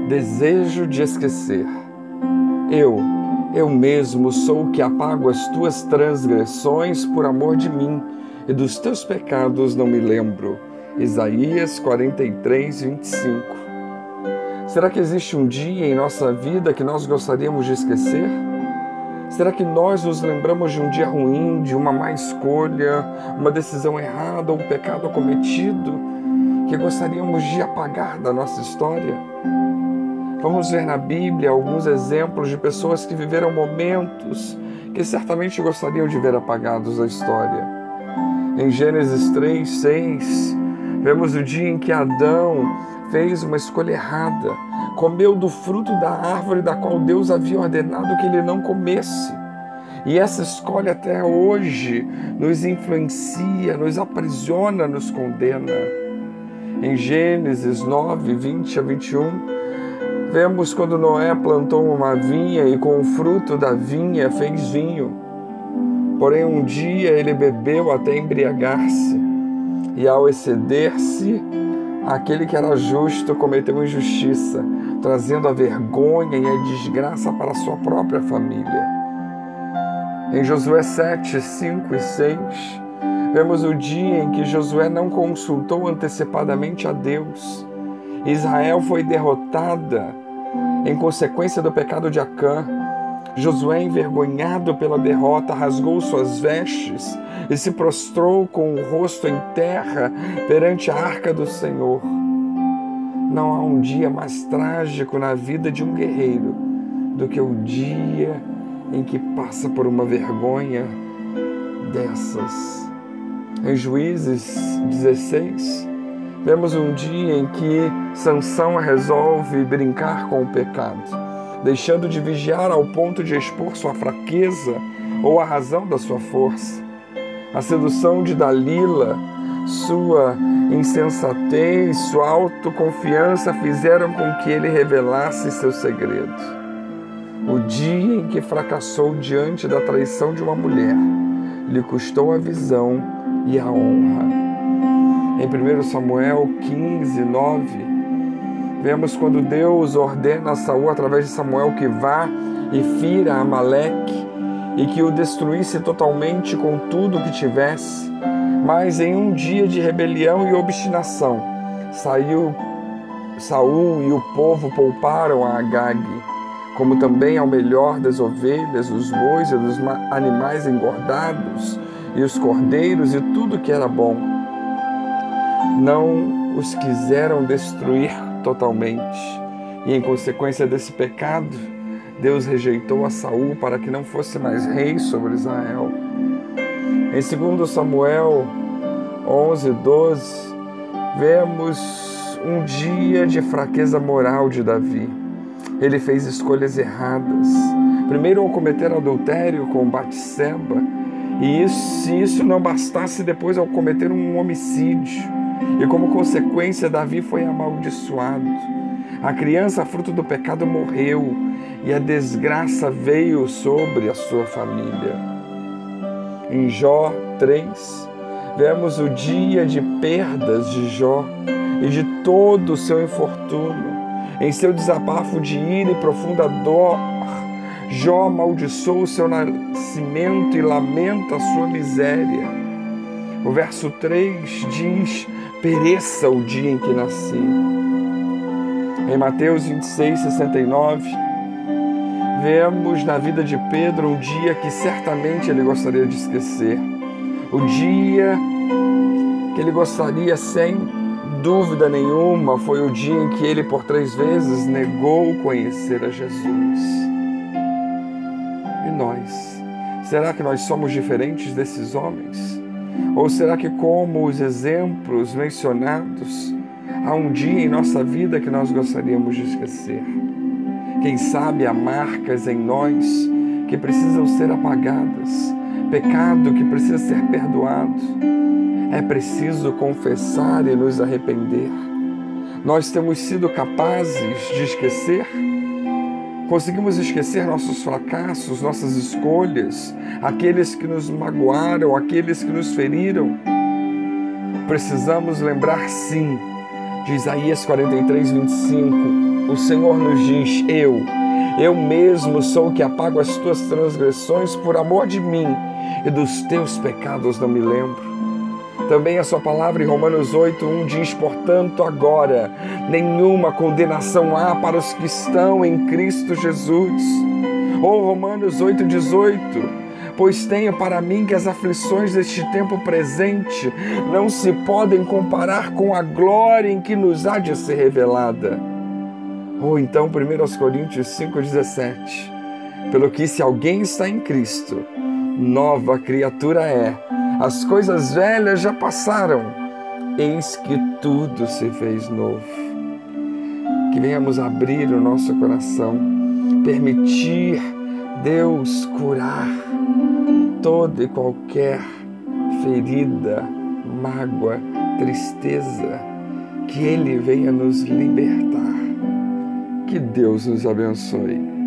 Desejo de esquecer. Eu mesmo sou o que apago as tuas transgressões por amor de mim, e dos teus pecados não me lembro. Isaías 43, 25. Será que existe um dia em nossa vida que nós gostaríamos de esquecer? Será que nós nos lembramos de um dia ruim, de uma má escolha, uma decisão errada ou um pecado cometido que gostaríamos de apagar da nossa história? Vamos ver na Bíblia alguns exemplos de pessoas que viveram momentos que certamente gostariam de ver apagados da história. Em Gênesis 3, 6, vemos o dia em que Adão fez uma escolha errada, comeu do fruto da árvore da qual Deus havia ordenado que ele não comesse. E essa escolha até hoje nos influencia, nos aprisiona, nos condena. Em Gênesis 9, 20 a 21, vemos quando Noé plantou uma vinha e com o fruto da vinha fez vinho. Porém, um dia ele bebeu até embriagar-se, e ao exceder-se, aquele que era justo cometeu injustiça, trazendo a vergonha e a desgraça para a sua própria família. Em Josué 7, 5 e 6, vemos o dia em que Josué não consultou antecipadamente a Deus. Israel foi derrotada em consequência do pecado de Acã. Josué, envergonhado pela derrota, rasgou suas vestes e se prostrou com o rosto em terra perante a arca do Senhor. Não há um dia mais trágico na vida de um guerreiro do que o dia em que passa por uma vergonha dessas. Em Juízes 16, vemos um dia em que Sansão resolve brincar com o pecado, deixando de vigiar ao ponto de expor sua fraqueza ou a razão da sua força. A sedução de Dalila, sua insensatez, sua autoconfiança fizeram com que ele revelasse seu segredo. O dia em que fracassou diante da traição de uma mulher lhe custou a visão e a honra. Em 1 Samuel 15, 9, vemos quando Deus ordena a Saul, através de Samuel, que vá e fira Amaleque e que o destruísse totalmente com tudo o que tivesse. Mas em um dia de rebelião e obstinação, saiu Saul e o povo pouparam a Agag, como também ao melhor das ovelhas, os bois e dos animais engordados, e os cordeiros e tudo que era bom. Não os quiseram destruir totalmente. E em consequência desse pecado, Deus rejeitou a Saul para que não fosse mais rei sobre Israel. Em 2 Samuel 11, 12, vemos um dia de fraqueza moral de Davi. Ele fez escolhas erradas. Primeiro, ao cometer adultério com Batseba, e se isso não bastasse, depois ao cometer um homicídio. E como consequência, Davi foi amaldiçoado. A criança, fruto do pecado, morreu, e a desgraça veio sobre a sua família. Em Jó 3, vemos o dia de perdas de Jó e de todo o seu infortúnio. Em seu desabafo de ira e profunda dor, Jó amaldiçoa o seu nascimento e lamenta a sua miséria. O verso 3 diz: pereça o dia em que nasci. Em Mateus 26, 69, vemos na vida de Pedro um dia que certamente ele gostaria de esquecer. O dia que ele gostaria, sem dúvida nenhuma, foi o dia em que ele por 3 vezes negou conhecer a Jesus. E nós? Será que nós somos diferentes desses homens? Ou será que, como os exemplos mencionados, há um dia em nossa vida que nós gostaríamos de esquecer? Quem sabe há marcas em nós que precisam ser apagadas, pecado que precisa ser perdoado. É preciso confessar e nos arrepender. Nós temos sido capazes de esquecer? Conseguimos esquecer nossos fracassos, nossas escolhas, aqueles que nos magoaram, aqueles que nos feriram? Precisamos lembrar, sim, de Isaías 43, 25. o Senhor nos diz: eu mesmo sou o que apago as tuas transgressões por amor de mim, e dos teus pecados não me lembro. Também a sua palavra em Romanos 8:1 diz: portanto, agora nenhuma condenação há para os que estão em Cristo Jesus. Ou Romanos 8:18: pois tenho para mim que as aflições deste tempo presente não se podem comparar com a glória em que nos há de ser revelada. Ou então 1 Coríntios 5:17: pelo que se alguém está em Cristo, nova criatura é. As coisas velhas já passaram, eis que tudo se fez novo. Que venhamos abrir o nosso coração, permitir Deus curar toda e qualquer ferida, mágoa, tristeza, que Ele venha nos libertar. Que Deus nos abençoe.